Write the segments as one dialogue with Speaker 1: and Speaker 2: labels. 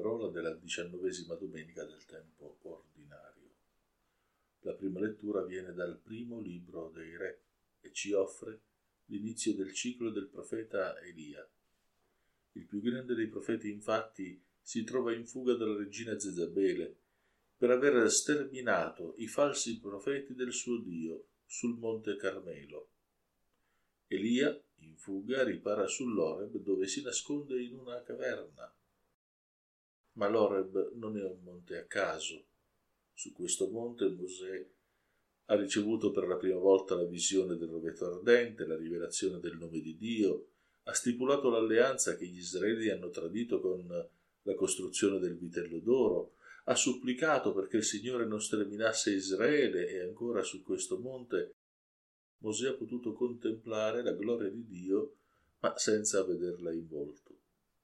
Speaker 1: parola della 19ª domenica del tempo ordinario. La prima lettura viene dal primo libro dei Re e ci offre l'inizio del ciclo del profeta Elia. Il più grande dei profeti, infatti, si trova in fuga dalla regina Zezabele per aver sterminato i falsi profeti del suo Dio sul monte Carmelo. Elia, in fuga, ripara sull'Oreb, dove si nasconde in una caverna. Ma l'Oreb non è un monte a caso. Su questo monte Mosè ha ricevuto per la prima volta la visione del rovetto ardente, la rivelazione del nome di Dio, ha stipulato l'alleanza che gli Israeli hanno tradito con la costruzione del vitello d'oro, ha supplicato perché il Signore non sterminasse Israele e ancora su questo monte Mosè ha potuto contemplare la gloria di Dio, ma senza vederla in volto.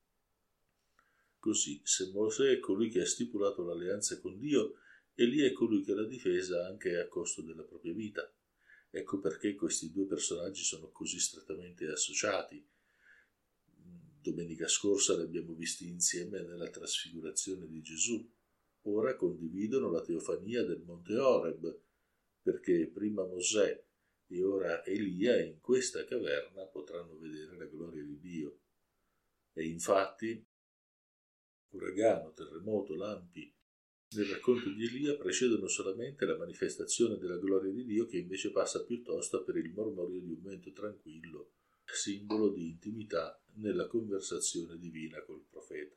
Speaker 1: Così, se Mosè è colui che ha stipulato l'alleanza con Dio, Elia è colui che l'ha difesa anche a costo della propria vita. Ecco perché questi due personaggi sono così strettamente associati. Domenica scorsa li abbiamo visti insieme nella trasfigurazione di Gesù. Ora condividono la teofania del monte Oreb, perché prima Mosè e ora Elia in questa caverna potranno vedere la gloria di Dio. E infatti uragano, terremoto, lampi nel racconto di Elia precedono solamente la manifestazione della gloria di Dio, che invece passa piuttosto per il mormorio di un vento tranquillo, simbolo di intimità nella conversazione divina col profeta.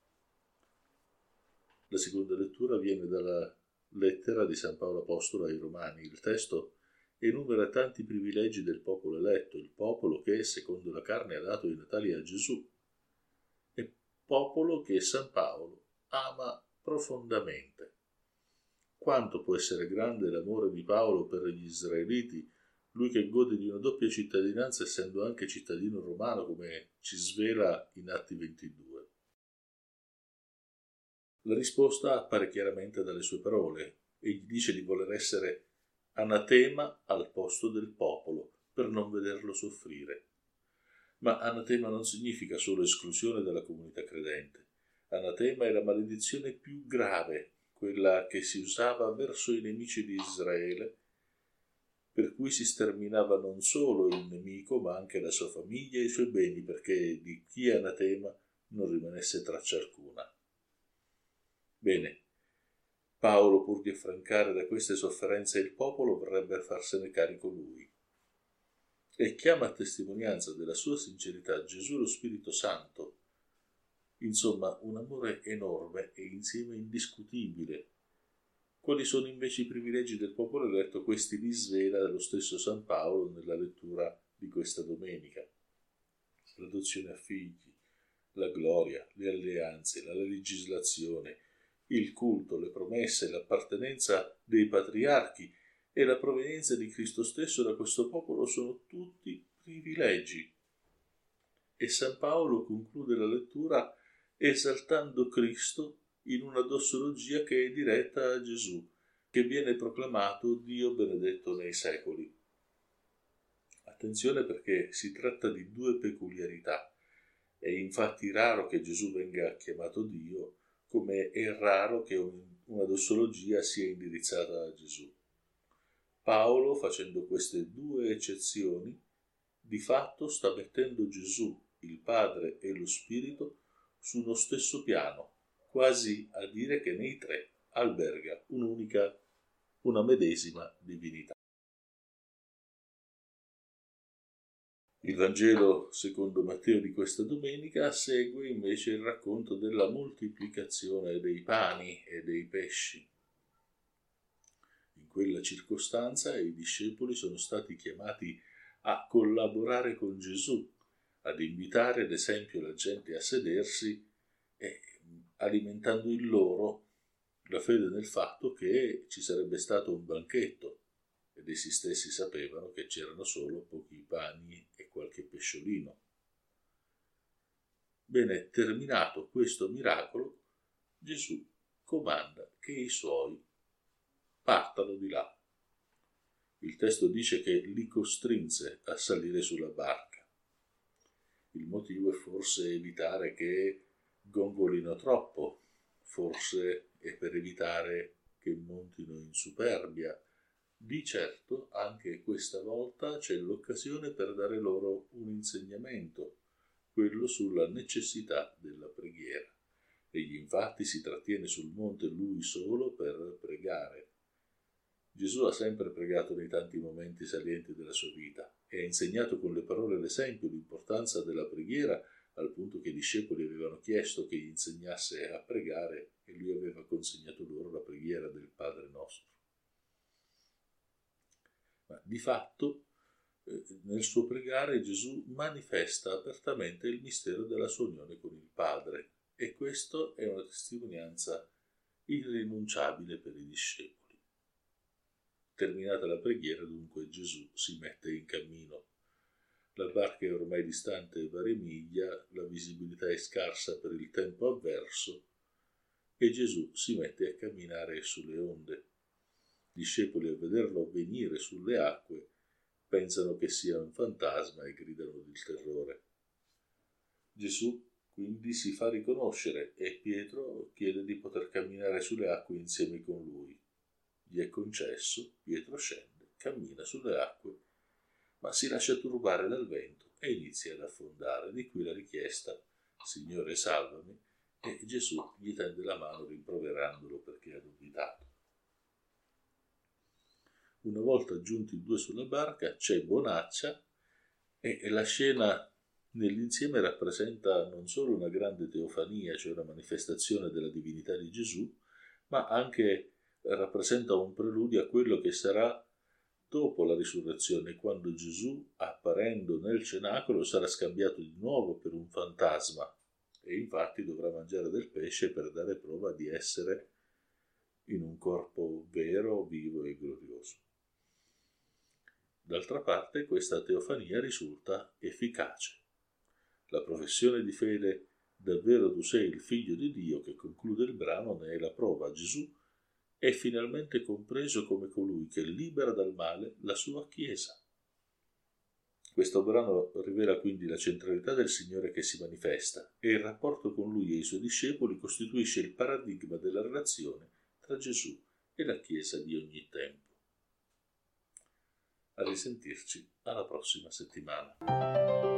Speaker 1: La seconda lettura viene dalla lettera di San Paolo Apostolo ai Romani. Il testo enumera tanti privilegi del popolo eletto, il popolo che, secondo la carne, ha dato i natali a Gesù, e popolo che San Paolo ama profondamente. Quanto può essere grande l'amore di Paolo per gli israeliti, lui che gode di una doppia cittadinanza essendo anche cittadino romano, come ci svela in Atti 22. La risposta appare chiaramente dalle sue parole. Egli dice di voler essere anatema al posto del popolo per non vederlo soffrire. Ma anatema non significa solo esclusione dalla comunità credente. Anatema è la maledizione più grave, quella che si usava verso i nemici di Israele, per cui si sterminava non solo il nemico, ma anche la sua famiglia e i suoi beni, perché di chi è anatema non rimanesse traccia alcuna. Bene, Paolo, pur di affrancare da queste sofferenze il popolo, vorrebbe farsene carico lui. E chiama a testimonianza della sua sincerità Gesù lo Spirito Santo. Insomma, un amore enorme e insieme indiscutibile. Quali sono invece i privilegi del popolo eletto? Questi li svela lo stesso San Paolo nella lettura di questa domenica. L'adozione a figli, la gloria, le alleanze, la legislazione, il culto, le promesse, l'appartenenza dei patriarchi e la provenienza di Cristo stesso da questo popolo sono tutti privilegi. E San Paolo conclude la lettura esaltando Cristo in una dossologia che è diretta a Gesù, che viene proclamato Dio benedetto nei secoli. Attenzione, perché si tratta di due peculiarità. È infatti raro che Gesù venga chiamato Dio, come è raro che una dossologia sia indirizzata a Gesù. Paolo, facendo queste due eccezioni, di fatto sta mettendo Gesù, il Padre e lo Spirito su uno stesso piano, quasi a dire che nei tre alberga una medesima divinità. Il Vangelo secondo Matteo di questa domenica segue invece il racconto della moltiplicazione dei pani e dei pesci. In quella circostanza i discepoli sono stati chiamati a collaborare con Gesù, ad invitare ad esempio la gente a sedersi e alimentando in loro la fede nel fatto che ci sarebbe stato un banchetto, ed essi stessi sapevano che c'erano solo pochi pani e qualche pesciolino. Bene, terminato questo miracolo, Gesù comanda che i suoi partano di là. Il testo dice che li costrinse a salire sulla barca. Il motivo è forse evitare che gongolino troppo, forse è per evitare che montino in superbia. Di certo anche questa volta c'è l'occasione per dare loro un insegnamento, quello sulla necessità della preghiera. Egli infatti si trattiene sul monte lui solo per pregare. Gesù ha sempre pregato nei tanti momenti salienti della sua vita e ha insegnato con le parole l'esempio, l'importanza della preghiera, al punto che i discepoli avevano chiesto che gli insegnasse a pregare e lui aveva consegnato loro la preghiera del Padre nostro. Ma di fatto nel suo pregare Gesù manifesta apertamente il mistero della sua unione con il Padre, e questo è una testimonianza irrinunciabile per i discepoli. Terminata la preghiera, dunque, Gesù si mette in cammino. La barca è ormai distante varie miglia, la visibilità è scarsa per il tempo avverso e Gesù si mette a camminare sulle onde. Gli discepoli, a vederlo venire sulle acque, pensano che sia un fantasma e gridano di terrore. Gesù quindi si fa riconoscere e Pietro chiede di poter camminare sulle acque insieme con lui. Gli è concesso, Pietro scende, cammina sulle acque, ma si lascia turbare dal vento e inizia ad affondare. Di qui la richiesta: Signore, salvami, e Gesù gli tende la mano rimproverandolo perché ha dubitato. Una volta giunti i due sulla barca c'è bonaccia e la scena nell'insieme rappresenta non solo una grande teofania, cioè una manifestazione della divinità di Gesù, ma anche rappresenta un preludio a quello che sarà dopo la risurrezione, quando Gesù, apparendo nel cenacolo, sarà scambiato di nuovo per un fantasma e infatti dovrà mangiare del pesce per dare prova di essere in un corpo vero, vivo e glorioso. D'altra parte, questa teofania risulta efficace. La professione di fede «Davvero tu sei il figlio di Dio», che conclude il brano, ne è la prova. Gesù è finalmente compreso come colui che libera dal male la sua Chiesa. Questo brano rivela quindi la centralità del Signore che si manifesta e il rapporto con Lui e i Suoi discepoli costituisce il paradigma della relazione tra Gesù e la Chiesa di ogni tempo. A risentirci alla prossima settimana.